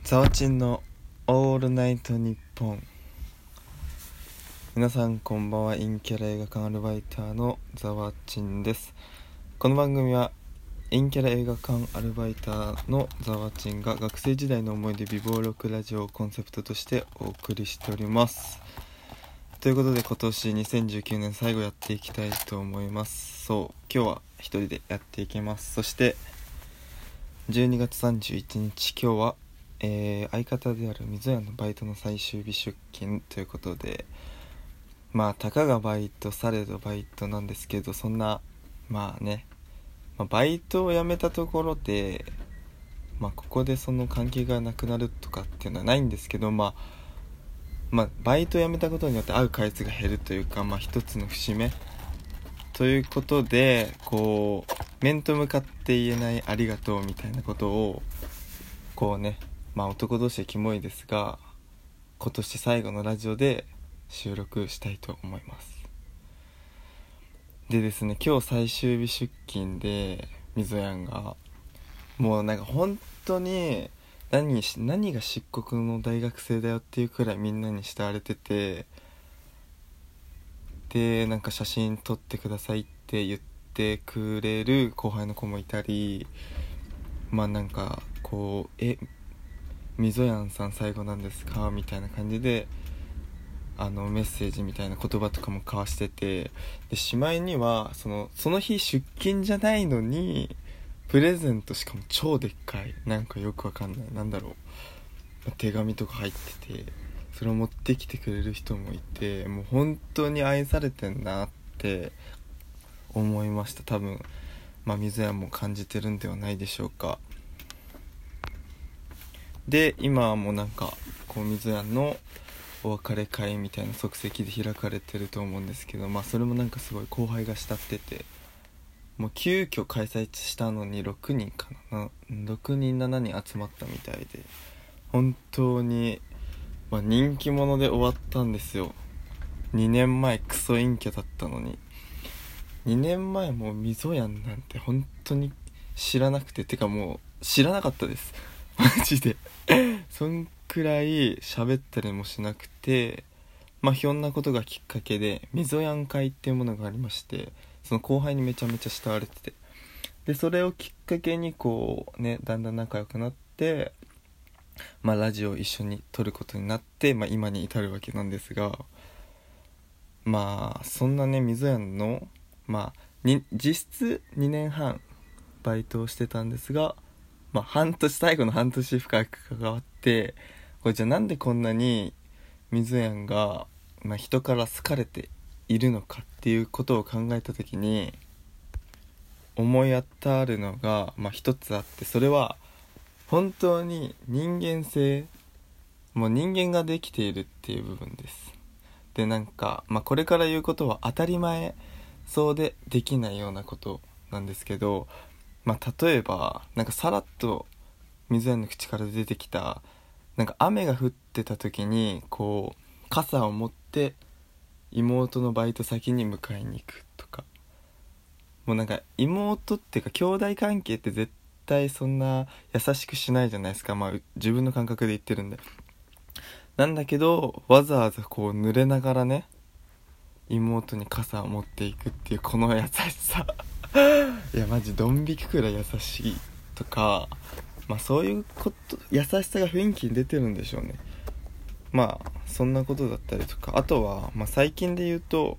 ザワチンのオールナイトニッポン。皆さんこんばんは。陰キャラ映画館アルバイターのザワチンです。この番組は陰キャラ映画館アルバイターのザワチンが学生時代の思い出美貌録ラジオをコンセプトとしてお送りしております。ということで今年2019年最後やっていきたいと思います。今日は一人でやっていきます。そして12月31日今日は相方である水屋のバイトの最終日出勤ということで、たかがバイトされどバイトなんですけど、そんなバイトを辞めたところでここでその関係がなくなるとかっていうのはないんですけど、バイトを辞めたことによって会う回数が減るというか、一つの節目ということで、面と向かって言えないありがとうみたいなことを男同士でキモいですが今年最後のラジオで収録したいと思います。でですね、今日最終日出勤でみぞやんがもう本当に何が漆黒の大学生だよっていうくらいみんなに慕われてて、で写真撮ってくださいって言ってくれる後輩の子もいたり、みぞやんさん最後なんですかみたいな感じでメッセージみたいな言葉とかも交わしてて、でしまいにはその日出勤じゃないのにプレゼント、しかも超でっかいよくわかんない手紙とか入ってて、それを持ってきてくれる人もいて、もう本当に愛されてんなって思いました。多分みぞやんも感じてるんではないでしょうか。で今はもうみぞやんのお別れ会みたいな即席で開かれてると思うんですけど、それもすごい後輩が慕ってて、もう急遽開催したのに6人かな6人7人集まったみたいで、本当に、人気者で終わったんですよ。2年前クソ陰キャだったのに、2年前もうみぞやんなんて本当に知らなくて、もう知らなかったですマジでそんくらい喋ったりもしなくて、ひょんなことがきっかけでみぞやん会っていうものがありまして、その後輩にめちゃめちゃ慕われてて、でそれをきっかけにだんだん仲良くなって、ラジオを一緒に撮ることになって、今に至るわけなんですが、そんなみぞやんの実質2年半バイトをしてたんですが、最後の半年深く関わって、じゃあなんでこんなにみぞやんが、人から好かれているのかっていうことを考えた時に思い当たるのが一つあって、それは本当に人間性、もう人間ができているっていう部分です。でこれから言うことは当たり前そうでできないようなことなんですけど、例えばさらっと水やんの口から出てきた雨が降ってた時に傘を持って妹のバイト先に迎えに行くとか、もう妹っていうか兄弟関係って絶対そんな優しくしないじゃないですか。自分の感覚で言ってるんでなんだけど、わざわざ濡れながらね妹に傘を持っていくっていうこの優しさいやマジドン引きくらい優しいとか、そういうこと優しさが雰囲気に出てるんでしょうね。そんなことだったりとか、あとは最近で言うと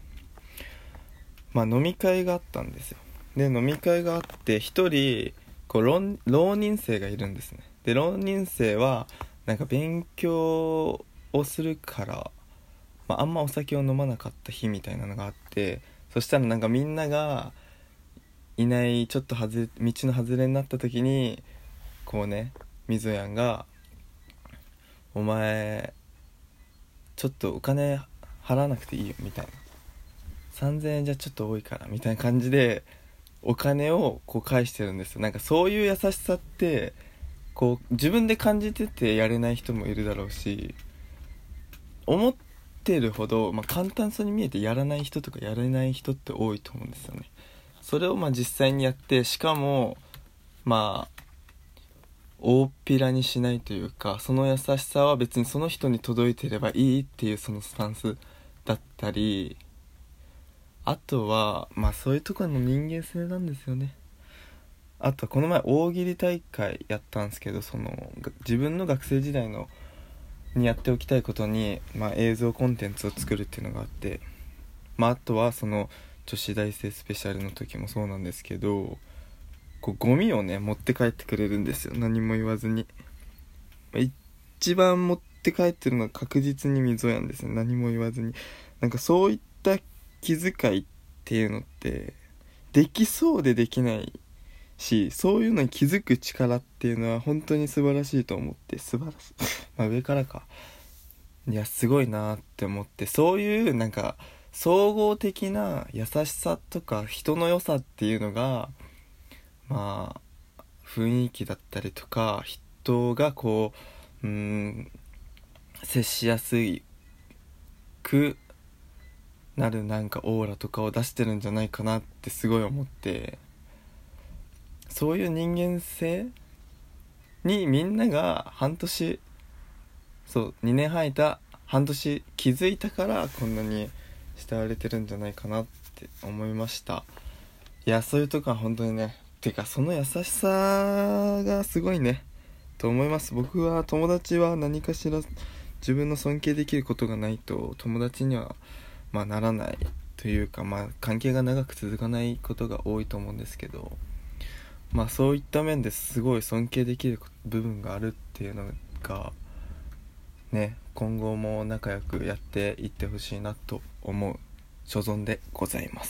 飲み会があったんですよ。で飲み会があって一人浪人生がいるんですね。で浪人生は勉強をするからあんまお酒を飲まなかった日みたいなのがあって、そしたらみんながいないちょっと道の外れになった時にみぞやんがお前ちょっとお金払わなくていいよみたいな、3000円じゃちょっと多いからみたいな感じでお金を返してるんですよ。そういう優しさって自分で感じててやれない人もいるだろうし、思ってるほど、簡単そうに見えてやらない人とかやれない人って多いと思うんですよね。それを実際にやって、しかも大っぴらにしないというか、その優しさは別にその人に届いてればいいっていうそのスタンスだったり、あとはそういうところの人間性なんですよね。あとこの前大喜利大会やったんですけど、自分の学生時代にやっておきたいことに、映像コンテンツを作るっていうのがあって、あとはその女子大生スペシャルの時もそうなんですけど、ゴミをね持って帰ってくれるんですよ、何も言わずに。一番持って帰ってるのは確実に溝やんですよ、何も言わずに。そういった気遣いっていうのってできそうでできないし、そういうのに気づく力っていうのは本当に素晴らしいと思って、素晴らしい上からか、いやすごいなって思って、そういう総合的な優しさとか人の良さっていうのが雰囲気だったりとか、人が接しやすくなるオーラとかを出してるんじゃないかなってすごい思って、そういう人間性にみんなが2年半いた半年気づいたからこんなに慕われてるんじゃないかなって思いました。いや、そういうとこは本当にね、てかその優しさがすごいねと思います。僕は友達は何かしら自分の尊敬できることがないと友達にはならないというか、関係が長く続かないことが多いと思うんですけど、そういった面ですごい尊敬できる部分があるっていうのがね、今後も仲良くやっていってほしいなと思う所存でございます。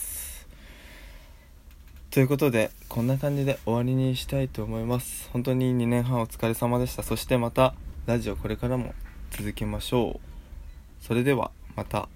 ということでこんな感じで終わりにしたいと思います。本当に2年半お疲れ様でした。そしてまたラジオこれからも続けましょう。それではまた。